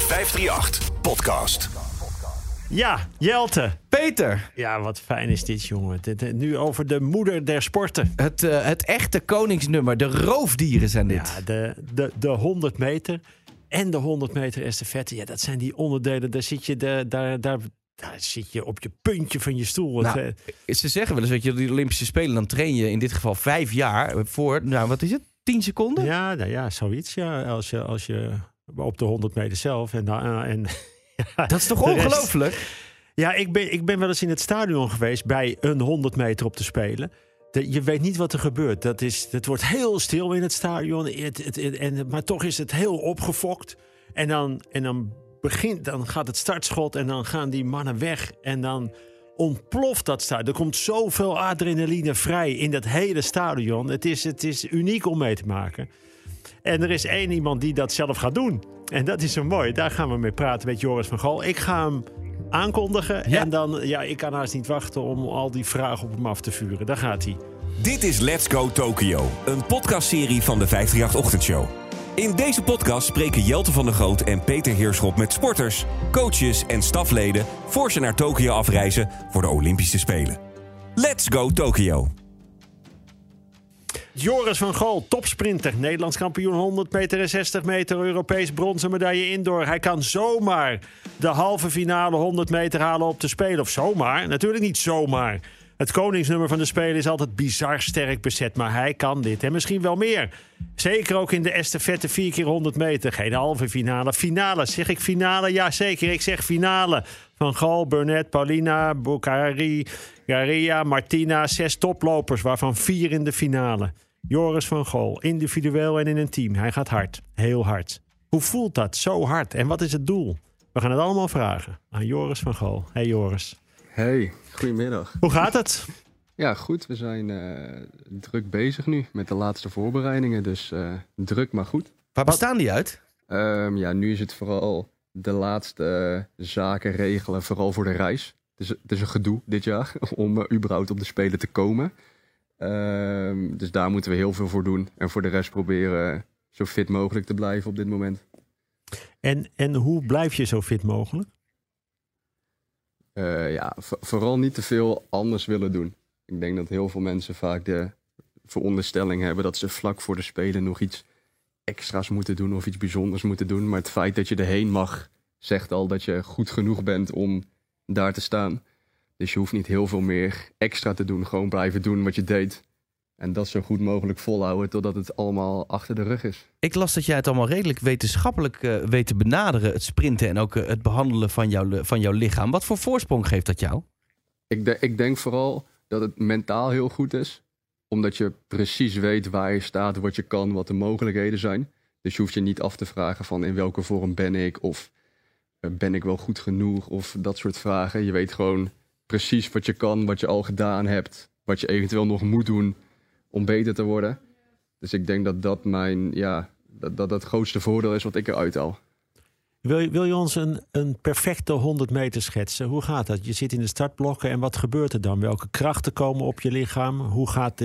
538 Podcast. Ja, Jelte. Peter. Ja, wat fijn is dit, jongen. Nu over de moeder der sporten. Het echte koningsnummer. De roofdieren zijn dit. Ja, de 100 meter en de 100 meter estafette. Ja, dat zijn die onderdelen. Daar zit je, daar zit je op je puntje van je stoel. Nou, ze zeggen wel eens, weet je, die Olympische Spelen, dan train je in dit geval 5 jaar voor, nou, wat is het? 10 seconden? Ja, nou ja, zoiets. Ja, als je op de 100 meter zelf en ja, dat is toch ongelooflijk? Ja, ik ben wel eens in het stadion geweest bij een 100 meter op te spelen. Je weet niet wat er gebeurt. Het wordt heel stil in het stadion. Maar toch is het heel opgefokt. En dan gaat het startschot en dan gaan die mannen weg. En dan ontploft dat stadion. Er komt zoveel adrenaline vrij in dat hele stadion. Het is uniek om mee te maken. En er is één iemand die dat zelf gaat doen. En dat is zo mooi. Daar gaan we mee praten met Joris van Gaal. Ik ga hem aankondigen. Ja. En dan, ik kan haast niet wachten om al die vragen op hem af te vuren. Daar gaat hij. Dit is Let's Go Tokyo, een podcastserie van de 538-ochtendshow. In deze podcast spreken Jelte van der Groot en Peter Heerschop met sporters, coaches en stafleden voor ze naar Tokio afreizen voor de Olympische Spelen. Let's Go Tokyo. Joris van Gaal, topsprinter, Nederlands kampioen 100 meter en 60 meter, Europees bronzen medaille indoor. Hij kan zomaar de halve finale 100 meter halen op de Spelen. Of zomaar, natuurlijk niet zomaar. Het koningsnummer van de Spelen is altijd bizar sterk bezet, maar hij kan dit en misschien wel meer. Zeker ook in de estafette 4 keer 100 meter. Geen halve finale. Finale, zeg ik finale? Ja, zeker. Ik zeg finale. Van Gaal, Burnett, Paulina, Bukhari, Garia, Martina. 6 toplopers, waarvan 4 in de finale. Joris van Gaal, individueel en in een team. Hij gaat hard, heel hard. Hoe voelt dat, zo hard? En wat is het doel? We gaan het allemaal vragen aan Joris van Gaal. Hey Joris. Hey, goedemiddag. Hoe gaat het? Ja, goed. We zijn druk bezig nu met de laatste voorbereidingen. Dus druk, maar goed. Waar bestaan die uit? Nu is het vooral de laatste zaken regelen, vooral voor de reis. Het is een gedoe dit jaar om überhaupt op de Spelen te komen. Dus daar moeten we heel veel voor doen. En voor de rest proberen zo fit mogelijk te blijven op dit moment. En hoe blijf je zo fit mogelijk? Vooral niet te veel anders willen doen. Ik denk dat heel veel mensen vaak de veronderstelling hebben dat ze vlak voor de Spelen nog iets extra's moeten doen of iets bijzonders moeten doen. Maar het feit dat je erheen mag, zegt al dat je goed genoeg bent om daar te staan. Dus je hoeft niet heel veel meer extra te doen. Gewoon blijven doen wat je deed. En dat zo goed mogelijk volhouden totdat het allemaal achter de rug is. Ik las dat jij het allemaal redelijk wetenschappelijk weet te benaderen. Het sprinten en ook het behandelen van jouw lichaam. Wat voor voorsprong geeft dat jou? Ik denk vooral dat het mentaal heel goed is. Omdat je precies weet waar je staat, wat je kan, wat de mogelijkheden zijn. Dus je hoeft je niet af te vragen van in welke vorm ben ik? Of ben ik wel goed genoeg? Of dat soort vragen. Je weet gewoon precies wat je kan, wat je al gedaan hebt. Wat je eventueel nog moet doen om beter te worden. Dus ik denk dat dat het grootste voordeel is wat ik eruit haal. Wil je ons een perfecte 100 meter schetsen? Hoe gaat dat? Je zit in de startblokken en wat gebeurt er dan? Welke krachten komen op je lichaam? Hoe gaat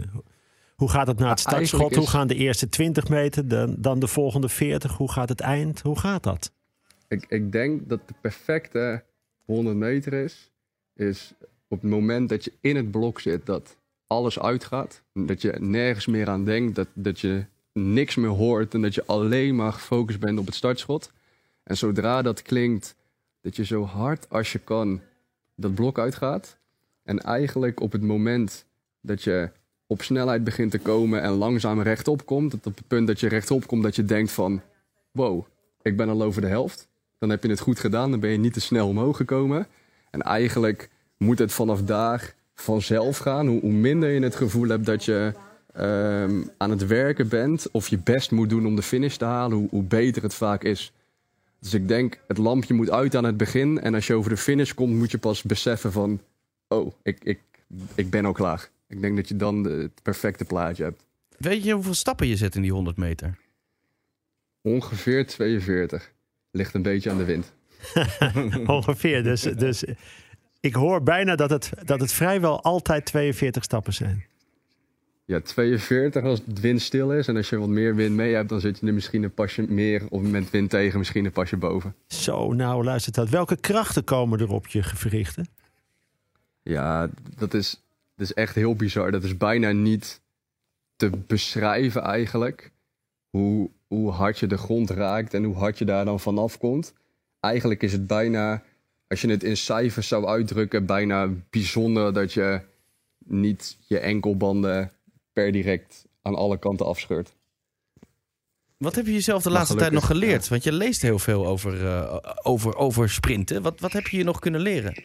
het na het startschot? Hoe gaan de eerste 20 meter, dan de volgende 40? Hoe gaat het eind? Hoe gaat dat? Ik denk dat de perfecte 100 meter is op het moment dat je in het blok zit, dat alles uitgaat. Dat je nergens meer aan denkt, dat je niks meer hoort en dat je alleen maar gefocust bent op het startschot. En zodra dat klinkt, dat je zo hard als je kan dat blok uitgaat. En eigenlijk op het moment dat je op snelheid begint te komen en langzaam rechtop komt, dat op het punt dat je rechtop komt, dat je denkt van, wow, ik ben al over de helft. Dan heb je het goed gedaan, dan ben je niet te snel omhoog gekomen. En eigenlijk moet het vanaf daar vanzelf gaan. Hoe minder je het gevoel hebt dat je aan het werken bent of je best moet doen om de finish te halen, hoe beter het vaak is. Dus ik denk, het lampje moet uit aan het begin. En als je over de finish komt, moet je pas beseffen van, oh, ik ben al klaar. Ik denk dat je dan het perfecte plaatje hebt. Weet je hoeveel stappen je zet in die 100 meter? Ongeveer 42. Ligt een beetje aan de wind. Ongeveer. Dus ik hoor bijna dat het vrijwel altijd 42 stappen zijn. Ja, 42 als het wind stil is. En als je wat meer wind mee hebt, dan zit je er misschien een pasje meer. Of met wind tegen, misschien een pasje boven. Zo, nou luister dat. Welke krachten komen er op je gewrichten? Ja, dat is echt heel bizar. Dat is bijna niet te beschrijven eigenlijk. Hoe hard je de grond raakt en hoe hard je daar dan vanaf komt. Eigenlijk is het bijna, als je het in cijfers zou uitdrukken, bijna bijzonder dat je niet je enkelbanden per direct aan alle kanten afscheurt. Wat heb je jezelf de laatste tijd nog geleerd? Ja. Want je leest heel veel over sprinten. Wat heb je je nog kunnen leren?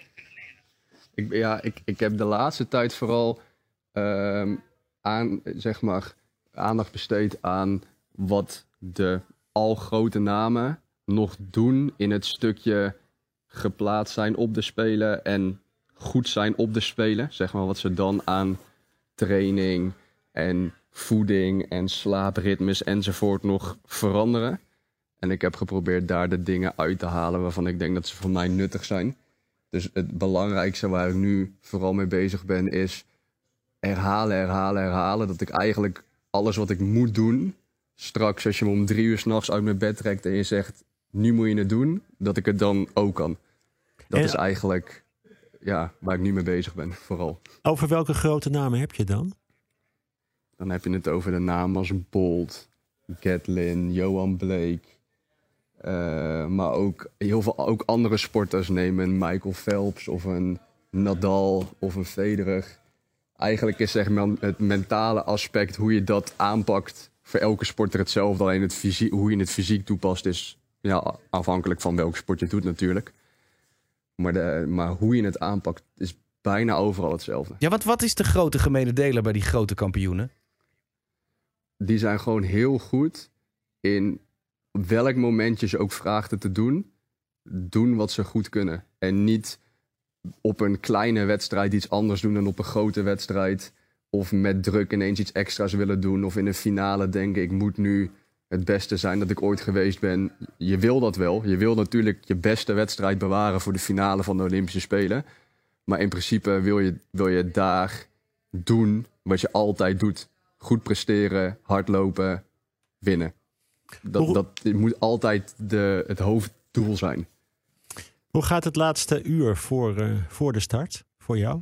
Ik heb de laatste tijd vooral aandacht besteed aan wat de al grote namen nog doen in het stukje geplaatst zijn op de Spelen en goed zijn op de Spelen. Zeg maar wat ze dan aan training en voeding en slaapritmes enzovoort nog veranderen. En ik heb geprobeerd daar de dingen uit te halen waarvan ik denk dat ze voor mij nuttig zijn. Dus het belangrijkste waar ik nu vooral mee bezig ben is herhalen. Dat ik eigenlijk alles wat ik moet doen, straks als je me om 3 uur 's nachts uit mijn bed trekt en je zegt, nu moet je het doen, dat ik het dan ook kan. Dat is eigenlijk waar ik nu mee bezig ben, vooral. Over welke grote namen heb je dan? Dan heb je het over de namen als Bolt, Gatlin, Johan Blake. Maar ook heel veel andere sporters nemen een Michael Phelps of een Nadal of een Federer. Eigenlijk is zeg maar het mentale aspect, hoe je dat aanpakt, voor elke sporter hetzelfde. Alleen hoe je het fysiek toepast is afhankelijk van welke sport je doet natuurlijk. Maar hoe je het aanpakt is bijna overal hetzelfde. Ja, wat is de grote gemene deler bij die grote kampioenen? Die zijn gewoon heel goed in op welk moment je ze ook vraagt te doen wat ze goed kunnen. En niet op een kleine wedstrijd iets anders doen dan op een grote wedstrijd. Of met druk ineens iets extra's willen doen. Of in een finale denken, ik moet nu het beste zijn dat ik ooit geweest ben. Je wil dat wel. Je wil natuurlijk je beste wedstrijd bewaren voor de finale van de Olympische Spelen. Maar in principe wil je daar doen wat je altijd doet. Goed presteren, hardlopen, winnen. Dat moet altijd het hoofddoel zijn. Hoe gaat het laatste uur voor de start voor jou?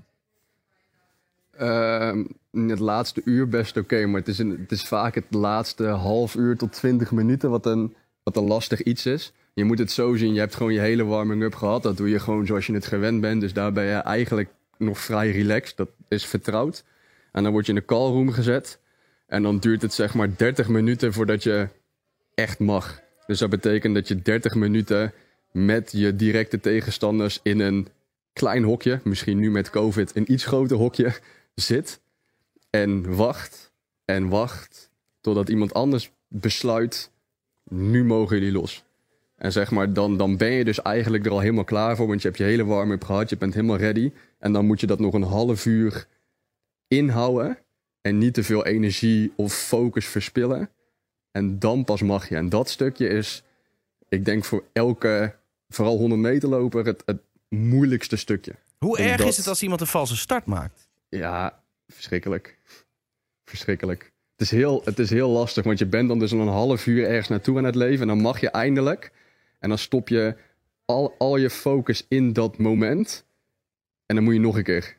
Het laatste uur best oké, maar het is vaak het laatste half uur tot 20 minuten wat een lastig iets is. Je moet het zo zien, je hebt gewoon je hele warming-up gehad. Dat doe je gewoon zoals je het gewend bent. Dus daar ben je eigenlijk nog vrij relaxed. Dat is vertrouwd. En dan word je in de callroom gezet. En dan duurt het zeg maar 30 minuten voordat je echt mag. Dus dat betekent dat je 30 minuten met je directe tegenstanders in een klein hokje, misschien nu met COVID een iets groter hokje, zit. En wacht totdat iemand anders besluit, nu mogen jullie los. En zeg maar, dan ben je dus eigenlijk er al helemaal klaar voor, want je hebt je hele warm-up gehad, je bent helemaal ready. En dan moet je dat nog een half uur inhouden en niet te veel energie of focus verspillen. En dan pas mag je. En dat stukje is, ik denk voor elke, vooral 100 meter loper, het moeilijkste stukje. Hoe erg is het als iemand een valse start maakt? Ja, verschrikkelijk. Verschrikkelijk. Het is heel lastig, want je bent dan dus al een half uur ergens naartoe aan het leven. En dan mag je eindelijk. En dan stop je al je focus in dat moment. En dan moet je nog een keer.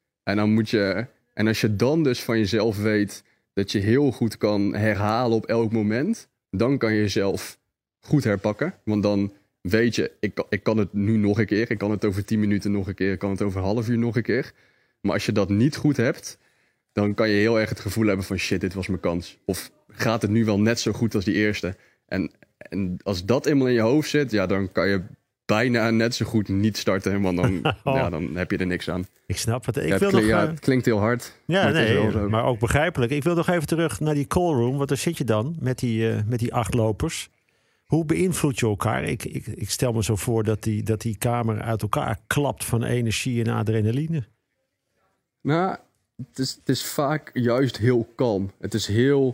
En als je dan dus van jezelf weet dat je heel goed kan herhalen op elk moment, dan kan je jezelf goed herpakken. Want dan weet je, ik kan het nu nog een keer. Ik kan het over 10 minuten nog een keer. Ik kan het over een half uur nog een keer. Maar als je dat niet goed hebt, dan kan je heel erg het gevoel hebben van shit, dit was mijn kans. Of gaat het nu wel net zo goed als die eerste? En als dat eenmaal in je hoofd zit, ja, dan kan je bijna net zo goed niet starten. Want dan, dan heb je er niks aan. Ik snap het. Het klinkt heel hard. Ja, maar ook begrijpelijk. Ik wil nog even terug naar die callroom. Want daar zit je dan met die 8 lopers. Hoe beïnvloed je elkaar? Ik stel me zo voor dat die kamer uit elkaar klapt van energie en adrenaline. Nou, het is vaak juist heel kalm. Het is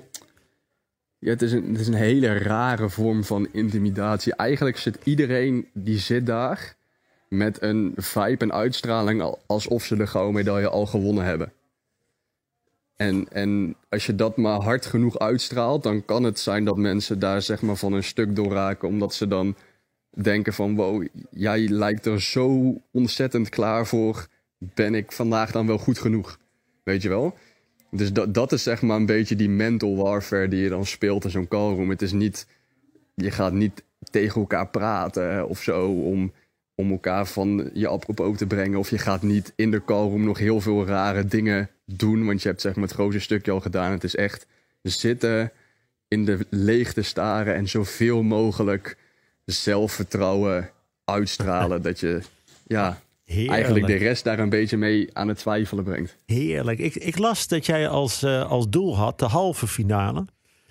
een hele rare vorm van intimidatie. Eigenlijk zit iedereen die zit daar met een vibe en uitstraling alsof ze de gouden medaille al gewonnen hebben. En als je dat maar hard genoeg uitstraalt, dan kan het zijn dat mensen daar zeg maar van een stuk door raken. Omdat ze dan denken van wow, jij lijkt er zo ontzettend klaar voor. Ben ik vandaag dan wel goed genoeg? Weet je wel? Dus dat is zeg maar een beetje die mental warfare die je dan speelt in zo'n callroom. Het is niet, je gaat niet tegen elkaar praten of zo om elkaar van je apropos te brengen. Of je gaat niet in de callroom nog heel veel rare dingen doen. Want je hebt zeg maar het grootste stukje al gedaan. Het is echt zitten, in de leegte staren en zoveel mogelijk zelfvertrouwen uitstralen. Dat je eigenlijk de rest daar een beetje mee aan het twijfelen brengt. Heerlijk. Ik las dat jij als doel had de halve finale.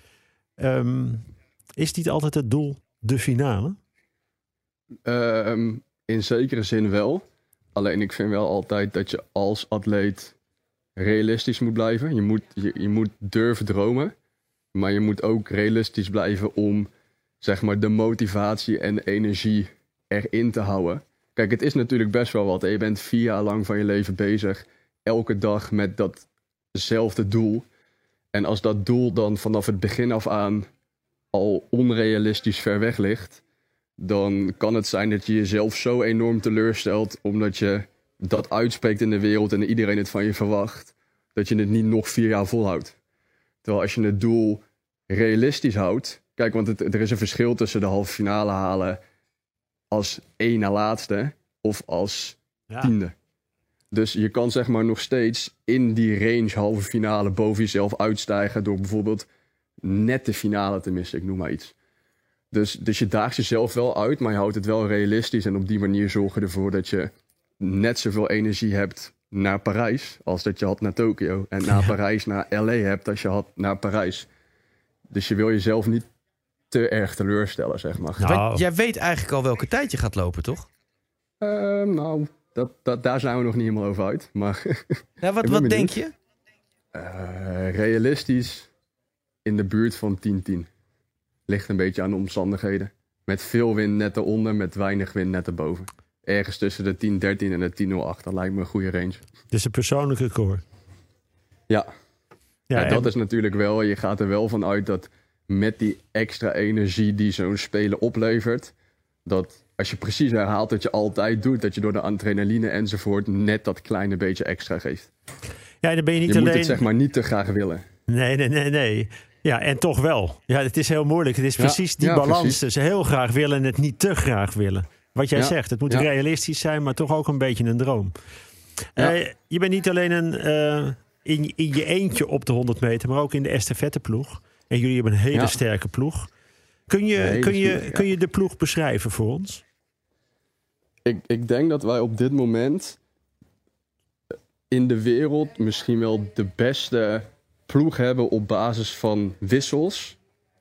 Is niet altijd het doel de finale? In zekere zin wel. Alleen ik vind wel altijd dat je als atleet realistisch moet blijven. Je moet durven dromen. Maar je moet ook realistisch blijven om zeg maar de motivatie en de energie erin te houden. Kijk, het is natuurlijk best wel wat. Je bent 4 jaar lang van je leven bezig. Elke dag met datzelfde doel. En als dat doel dan vanaf het begin af aan al onrealistisch ver weg ligt, dan kan het zijn dat je jezelf zo enorm teleurstelt omdat je dat uitspreekt in de wereld en iedereen het van je verwacht, dat je het niet nog 4 jaar volhoudt. Terwijl als je het doel realistisch houdt, kijk, want er is een verschil tussen de halve finale halen als 1 na laatste of als 10e. Dus je kan zeg maar nog steeds in die range halve finale boven jezelf uitstijgen door bijvoorbeeld net de finale te missen, ik noem maar iets. Dus je daagt jezelf wel uit, maar je houdt het wel realistisch. En op die manier zorg je ervoor dat je net zoveel energie hebt naar Parijs als dat je had naar Tokio. En naar Parijs naar LA hebt als je had naar Parijs. Dus je wil jezelf niet te erg teleurstellen, zeg maar. Nou. Jij weet eigenlijk al welke tijd je gaat lopen, toch? Nou, daar zijn we nog niet helemaal over uit. Maar ja, wat denk je? Realistisch in de buurt van 10-10. Ligt een beetje aan de omstandigheden. Met veel wind net eronder, met weinig wind net erboven. Ergens tussen de 10-13 en de 10-08. Dat lijkt me een goede range. Dus een persoonlijk record. Ja. En dat is natuurlijk wel, je gaat er wel van uit dat met die extra energie die zo'n spelen oplevert, dat als je precies herhaalt wat je altijd doet, dat je door de adrenaline enzovoort net dat kleine beetje extra geeft. Ja, dan ben je niet je alleen... moet het zeg maar niet te graag willen. Nee. Ja, en toch wel. Ja, het is heel moeilijk. Het is precies die balans tussen heel graag willen en het niet te graag willen. Wat jij zegt, het moet realistisch zijn, maar toch ook een beetje een droom. Ja. Je bent niet alleen in je eentje op de 100 meter, maar ook in de estafetteploeg. En jullie hebben een hele sterke ploeg. Kun je de ploeg beschrijven voor ons? Ik denk dat wij op dit moment in de wereld misschien wel de beste ploeg hebben op basis van wissels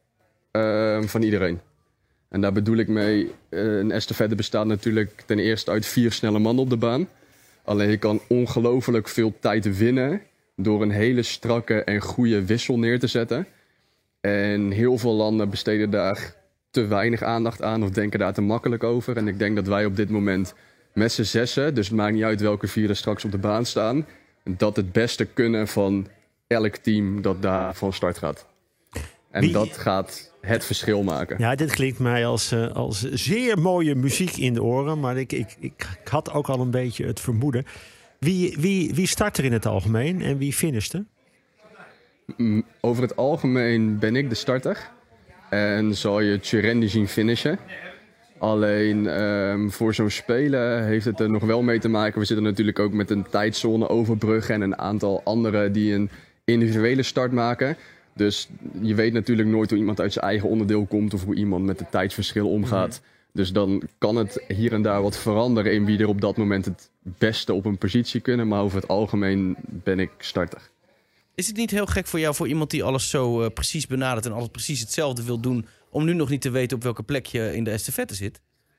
van iedereen. En daar bedoel ik mee, een estafette bestaat natuurlijk ten eerste uit 4 snelle mannen op de baan. Alleen je kan ongelooflijk veel tijd winnen door een hele strakke en goede wissel neer te zetten. En heel veel landen besteden daar te weinig aandacht aan of denken daar te makkelijk over. En ik denk dat wij op dit moment met z'n 6, dus het maakt niet uit welke 4 er straks op de baan staan, dat het beste kunnen van elk team dat daar van start gaat. En dat gaat het verschil maken. Ja, dit klinkt mij als zeer mooie muziek in de oren. Maar ik had ook al een beetje het vermoeden. Wie start er in het algemeen en wie finisht er? Over het algemeen ben ik de starter. En zal je Tjerendi zien finishen. Alleen voor zo'n spelen heeft het er nog wel mee te maken. We zitten natuurlijk ook met een tijdzone overbrug en een aantal anderen die een individuele start maken. Dus je weet natuurlijk nooit hoe iemand uit zijn eigen onderdeel komt of hoe iemand met het tijdsverschil omgaat. Dus dan kan het hier en daar wat veranderen in wie er op dat moment het beste op een positie kunnen. Maar over het algemeen ben ik starter. Is het niet heel gek voor jou, voor iemand die alles zo precies benadert en alles precies hetzelfde wil doen, om nu nog niet te weten op welke plek je in de estafette zit?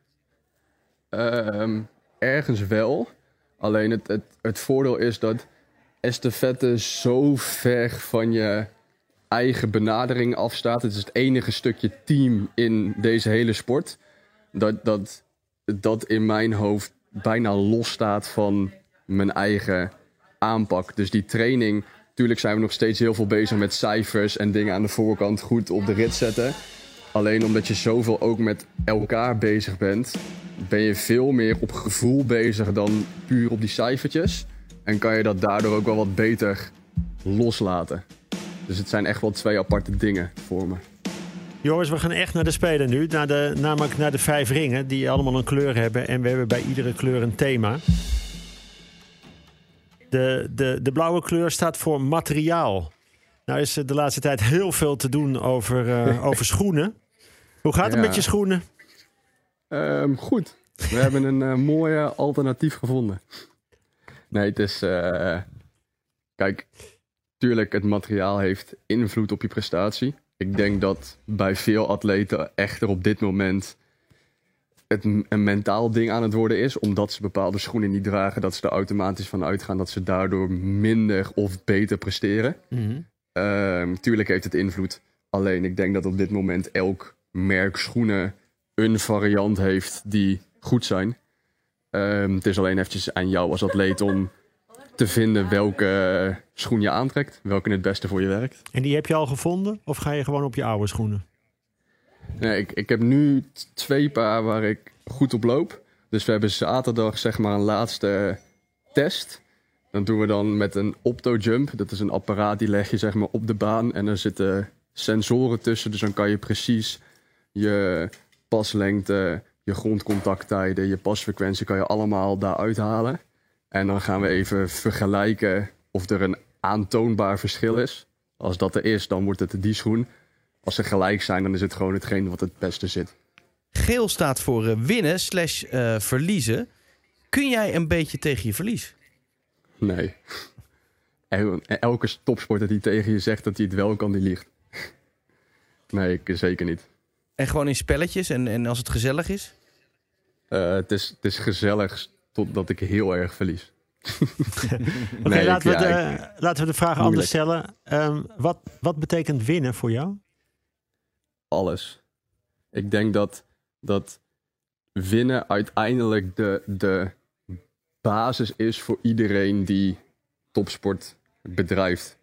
Ergens wel. Alleen het voordeel is dat estafette zo ver van je eigen benadering afstaat. Het is het enige stukje team in deze hele sport dat in mijn hoofd bijna los staat van mijn eigen aanpak. Dus die training tuurlijk zijn we nog steeds heel veel bezig met cijfers en dingen aan de voorkant goed op de rit zetten. Alleen omdat je zoveel ook met elkaar bezig bent, ben je veel meer op gevoel bezig dan puur op die cijfertjes. En kan je dat daardoor ook wel wat beter loslaten. Dus het zijn echt wel 2 aparte dingen voor me. Joris, we gaan echt naar de Spelen nu. Namelijk naar de 5 ringen die allemaal een kleur hebben. En we hebben bij iedere kleur een thema. De blauwe kleur staat voor materiaal. Nou is de laatste tijd heel veel te doen over schoenen. Hoe gaat het met je schoenen? Goed. We hebben een mooie alternatief gevonden. Nee, het is... kijk, tuurlijk, het materiaal heeft invloed op je prestatie. Ik denk dat bij veel atleten echter op dit moment het een mentaal ding aan het worden is. Omdat ze bepaalde schoenen niet dragen, dat ze er automatisch van uitgaan dat ze daardoor minder of beter presteren. Tuurlijk heeft het invloed. Alleen ik denk dat op dit moment elk merk schoenen een variant heeft die goed zijn. Het is alleen eventjes aan jou als atleet om te vinden welke schoen je aantrekt. Welke het beste voor je werkt. En die heb je al gevonden? Of ga je gewoon op je oude schoenen? Nee, ik heb nu 2 paar waar ik goed op loop. Dus we hebben zaterdag zeg maar een laatste test. Dan doen we dan met een optojump. Dat is een apparaat die leg je zeg maar op de baan. En er zitten sensoren tussen. Dus dan kan je precies je paslengte, je grondcontacttijden, je pasfrequentie kan je allemaal daaruit halen. En dan gaan we even vergelijken of er een aantoonbaar verschil is. Als dat er is, dan wordt het die schoen. Als ze gelijk zijn, dan is het gewoon hetgeen wat het beste zit. Geel staat voor winnen / verliezen. Kun jij een beetje tegen je verlies? Nee. Elke topsporter die tegen je zegt dat hij het wel kan, die liegt. Nee, zeker niet. En gewoon in spelletjes en als het gezellig is? Het is gezellig totdat ik heel erg verlies. Oké, laten we de vraag anders stellen. Wat betekent winnen voor jou? Alles. Ik denk dat winnen uiteindelijk de basis is voor iedereen die topsport bedrijft.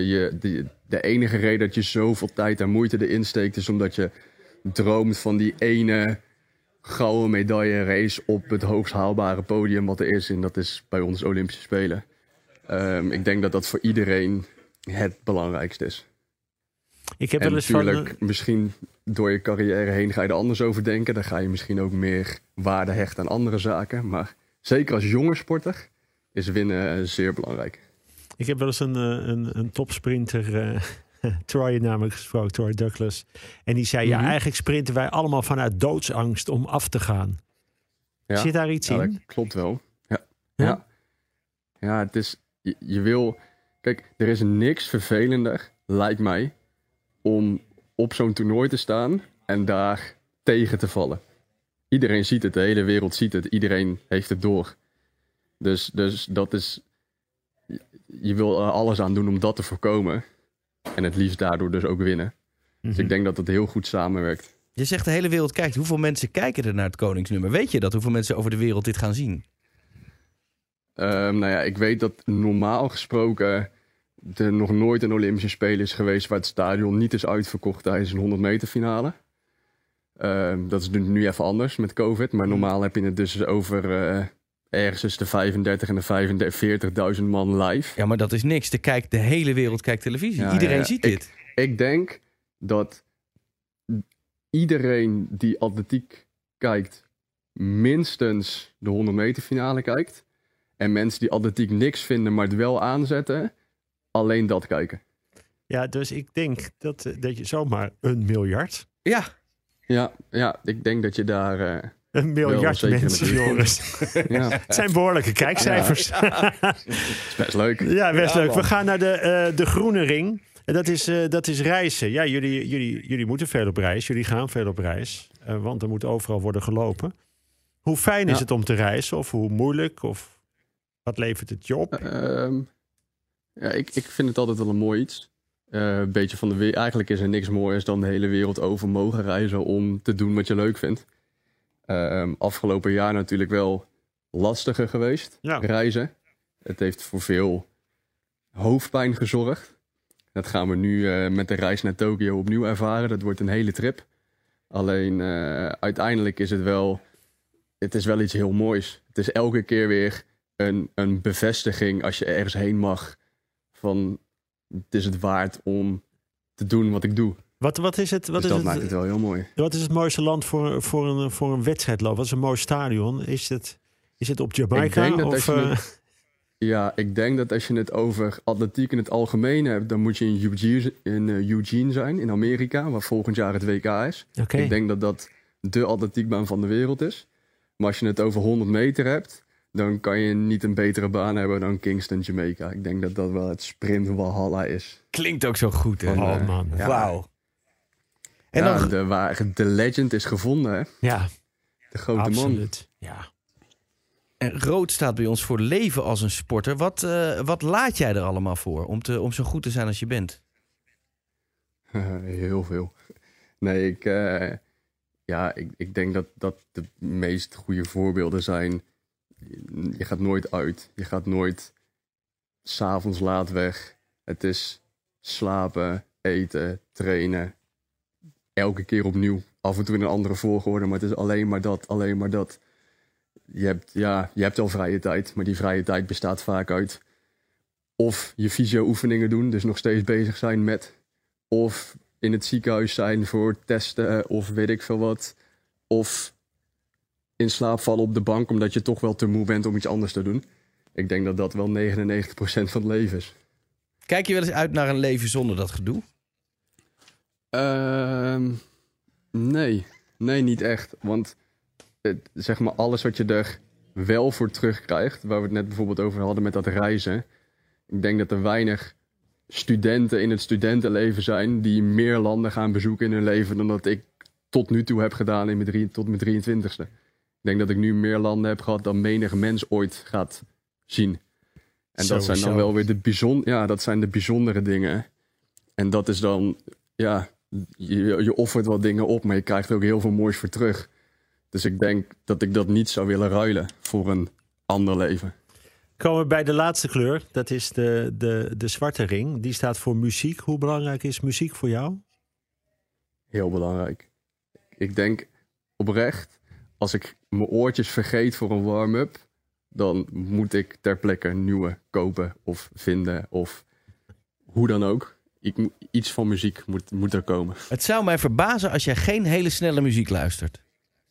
De enige reden dat je zoveel tijd en moeite erin steekt is omdat je droomt van die ene gouden medaille race op het hoogst haalbare podium wat er is. En dat is bij ons Olympische Spelen. Ik denk dat dat voor iedereen het belangrijkste is. Ik heb en wel eens natuurlijk, misschien door je carrière heen ga je er anders over denken. Dan ga je misschien ook meer waarde hechten aan andere zaken. Maar zeker als jonge sporter is winnen zeer belangrijk. Ik heb wel eens een topsprinter, Troy namelijk gesproken, Troy Douglas. En die zei, ja, eigenlijk sprinten wij allemaal vanuit doodsangst om af te gaan. Ja, zit daar iets in? Dat klopt wel. Ja, het is, je wil... Kijk, er is niks vervelender, lijkt mij, om op zo'n toernooi te staan en daar tegen te vallen. Iedereen ziet het, de hele wereld ziet het, iedereen heeft het door. Dus dat is... Je wil er alles aan doen om dat te voorkomen. En het liefst daardoor dus ook winnen. Dus ik denk dat het heel goed samenwerkt. Je zegt de hele wereld kijkt. Hoeveel mensen kijken er naar het koningsnummer? Weet je dat? Hoeveel mensen over de wereld dit gaan zien? Nou ja, ik weet dat normaal gesproken er nog nooit een Olympische Spelen is geweest waar het stadion niet is uitverkocht tijdens een 100 meter finale. Dat is nu even anders met COVID. Maar normaal heb je het dus over ergens tussen de 35 en de 45.000 man live. Ja, maar dat is niks. De hele wereld kijkt televisie. Ja, iedereen ziet dit. Ik denk dat iedereen die atletiek kijkt minstens de 100 meter finale kijkt. En mensen die atletiek niks vinden, maar het wel aanzetten, alleen dat kijken. Ja, dus ik denk dat je zomaar 1 miljard... Ja, ik denk dat je daar... 1 miljard mensen, Joris. Ja. Het zijn behoorlijke kijkcijfers. Ja. Is best leuk. Ja, best leuk. We gaan naar de groene ring. En dat is reizen. Ja, jullie moeten veel op reis. Jullie gaan veel op reis. Want er moet overal worden gelopen. Hoe fijn is het om te reizen? Of hoe moeilijk? Of wat levert het je op? Ik vind het altijd wel een mooi iets. Een beetje van de eigenlijk is er niks mooiers dan de hele wereld over mogen reizen om te doen wat je leuk vindt. Afgelopen jaar natuurlijk wel lastiger geweest, reizen. Het heeft voor veel hoofdpijn gezorgd. Dat gaan we nu met de reis naar Tokio opnieuw ervaren. Dat wordt een hele trip. Alleen uiteindelijk is het wel iets heel moois. Het is elke keer weer een bevestiging als je ergens heen mag. Van het is het waard om te doen wat ik doe. Wat is het? Dus dat maakt het wel heel mooi. Wat is het mooiste land voor een wedstrijdloop? Wat is een mooi stadion? Is het op Jamaica? Ik denk dat als je het over atletiek in het algemeen hebt, dan moet je in Eugene zijn, in Amerika, waar volgend jaar het WK is. Okay. Ik denk dat dat de atletiekbaan van de wereld is. Maar als je het over 100 meter hebt, dan kan je niet een betere baan hebben dan Kingston, Jamaica. Ik denk dat dat wel het sprint Walhalla is. Klinkt ook zo goed, hè? Oh man. Ja. Wauw. En dan de legend is gevonden, hè? Ja. De grote absoluut. man. Ja. En rood staat bij ons voor leven als een sporter. Wat laat jij er allemaal voor om zo goed te zijn als je bent? Heel veel. Nee, ik denk dat de meest goede voorbeelden zijn. Je gaat nooit uit. Je gaat nooit 's avonds laat weg. Het is slapen, eten, trainen. Elke keer opnieuw. Af en toe in een andere volgorde, maar het is alleen maar dat. Je hebt al vrije tijd, maar die vrije tijd bestaat vaak uit of je fysio-oefeningen doen, dus nog steeds bezig zijn met, of in het ziekenhuis zijn voor testen of weet ik veel wat, of in slaap vallen op de bank omdat je toch wel te moe bent om iets anders te doen. Ik denk dat dat wel 99% van het leven is. Kijk je wel eens uit naar een leven zonder dat gedoe? Nee, niet echt, want zeg maar alles wat je er wel voor terugkrijgt, waar we het net bijvoorbeeld over hadden met dat reizen. Ik denk dat er weinig studenten in het studentenleven zijn die meer landen gaan bezoeken in hun leven dan dat ik tot nu toe heb gedaan tot mijn 23ste. Ik denk dat ik nu meer landen heb gehad dan menig mens ooit gaat zien. En dat zijn dan wel weer de bijzondere dingen. En dat is dan, je offert wat dingen op, maar je krijgt er ook heel veel moois voor terug. Dus ik denk dat ik dat niet zou willen ruilen voor een ander leven. Komen we bij de laatste kleur. Dat is de zwarte ring. Die staat voor muziek. Hoe belangrijk is muziek voor jou? Heel belangrijk. Ik denk oprecht, als ik mijn oortjes vergeet voor een warm-up, dan moet ik ter plekke nieuwe kopen of vinden of hoe dan ook. Iets van muziek moet er komen. Het zou mij verbazen als jij geen hele snelle muziek luistert.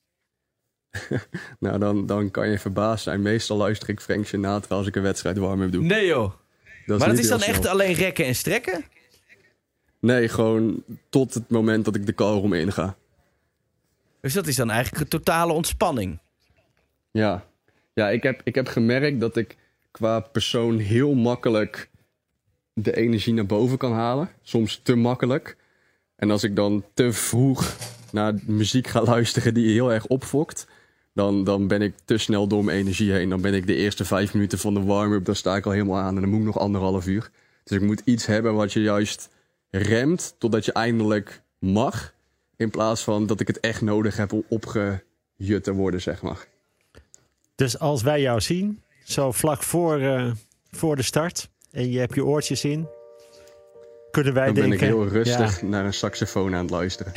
Nou, dan kan je verbaasd zijn. Meestal luister ik Frank Sinatra als ik een wedstrijd warm-up doe. Nee joh. Maar dat is dan snel. echt alleen rekken en strekken? Nee, gewoon tot het moment dat ik de callroom inga. Dus dat is dan eigenlijk een totale ontspanning. Ja, ik heb gemerkt dat ik qua persoon heel makkelijk de energie naar boven kan halen. Soms te makkelijk. En als ik dan te vroeg naar muziek ga luisteren die je heel erg opfokt, dan ben ik te snel door mijn energie heen. Dan ben ik de eerste 5 minuten van de warm-up, dan sta ik al helemaal aan en dan moet ik nog 1,5 uur. Dus ik moet iets hebben wat je juist remt totdat je eindelijk mag. In plaats van dat ik het echt nodig heb om opgejut te worden, zeg maar. Dus als wij jou zien, zo vlak voor de start, en je hebt je oortjes in, kunnen wij dan denken... ben ik heel rustig naar een saxofoon aan het luisteren.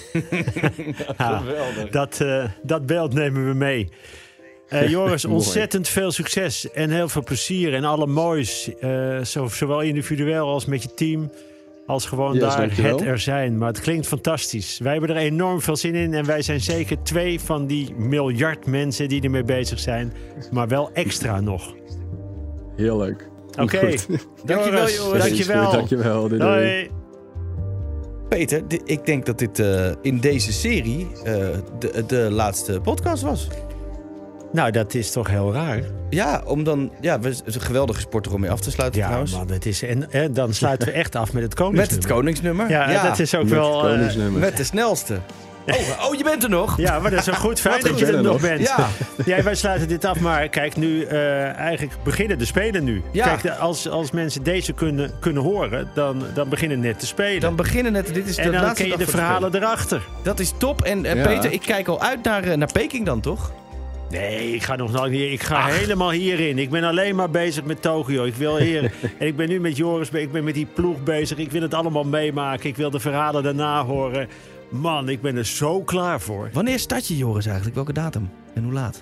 Dat beeld nemen we mee. Joris, ontzettend veel succes en heel veel plezier en alle moois. Zowel individueel als met je team. Als gewoon daar dankjewel. het er zijn. Maar het klinkt fantastisch. Wij hebben er enorm veel zin in. En wij zijn zeker 2 van die miljard mensen die ermee bezig zijn. Maar wel extra nog. Heel leuk. Oké. Dankjewel, Joris. Dankjewel. Dankjewel. Doei. Peter, ik denk dat dit in deze serie de laatste podcast was. Nou, dat is toch heel raar. Ja, het is een geweldige sporter om mee af te sluiten trouwens. Man, het is, en dan sluiten we echt af met het koningsnummer. Met het koningsnummer. Ja, dat is ook Met wel... het koningsnummer. Met de snelste. Oh, je bent er nog? Ja, maar dat is ook goed. Fijn dat je er nog bent. Ja. Wij sluiten dit af. Maar kijk, nu eigenlijk beginnen de Spelen nu. Ja. Kijk, als mensen deze kunnen horen, dan beginnen net te spelen. Dan beginnen net. Dit is de en dan laatste ken je dag de voor verhalen erachter. Dat is top. En Ja. Peter, ik kijk al uit naar Peking dan, toch? Nee, ik ga nog lang hier. Ik ga helemaal hierin. Ik ben alleen maar bezig met Tokio. Ik wil hier. En ik ben nu met Joris. Ik ben met die ploeg bezig. Ik wil het allemaal meemaken. Ik wil de verhalen daarna horen. Man, ik ben er zo klaar voor. Wanneer start je, Joris, eigenlijk? Welke datum? En hoe laat?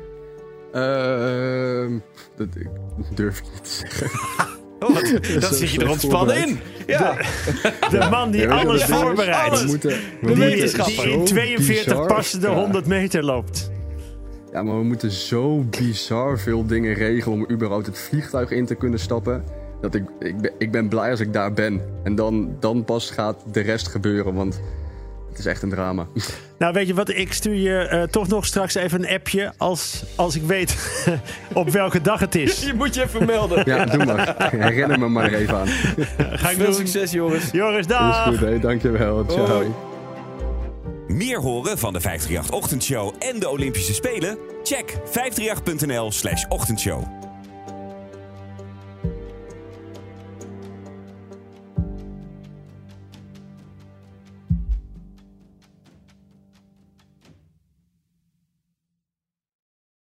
Dat durf ik niet te zeggen. Dat zit je er ontspannen in. Ja. De man die alles voorbereidt. Die in 42 passen de 100 meter loopt. Ja, maar we moeten zo bizar veel dingen regelen om überhaupt het vliegtuig in te kunnen stappen. Dat ik ben blij als ik daar ben. En dan pas gaat de rest gebeuren, want het is echt een drama. Nou, weet je wat? Ik stuur je toch nog straks even een appje als ik weet op welke dag het is. Je moet je even melden. Ja, doe maar. Herinner me maar even aan. Ga ik Veel doen. succes, Joris. Joris, dag! Dat is goed, hè? Dankjewel. Ciao. Hoi. Meer horen van de 538 Ochtendshow en de Olympische Spelen? Check 538.nl/ochtendshow.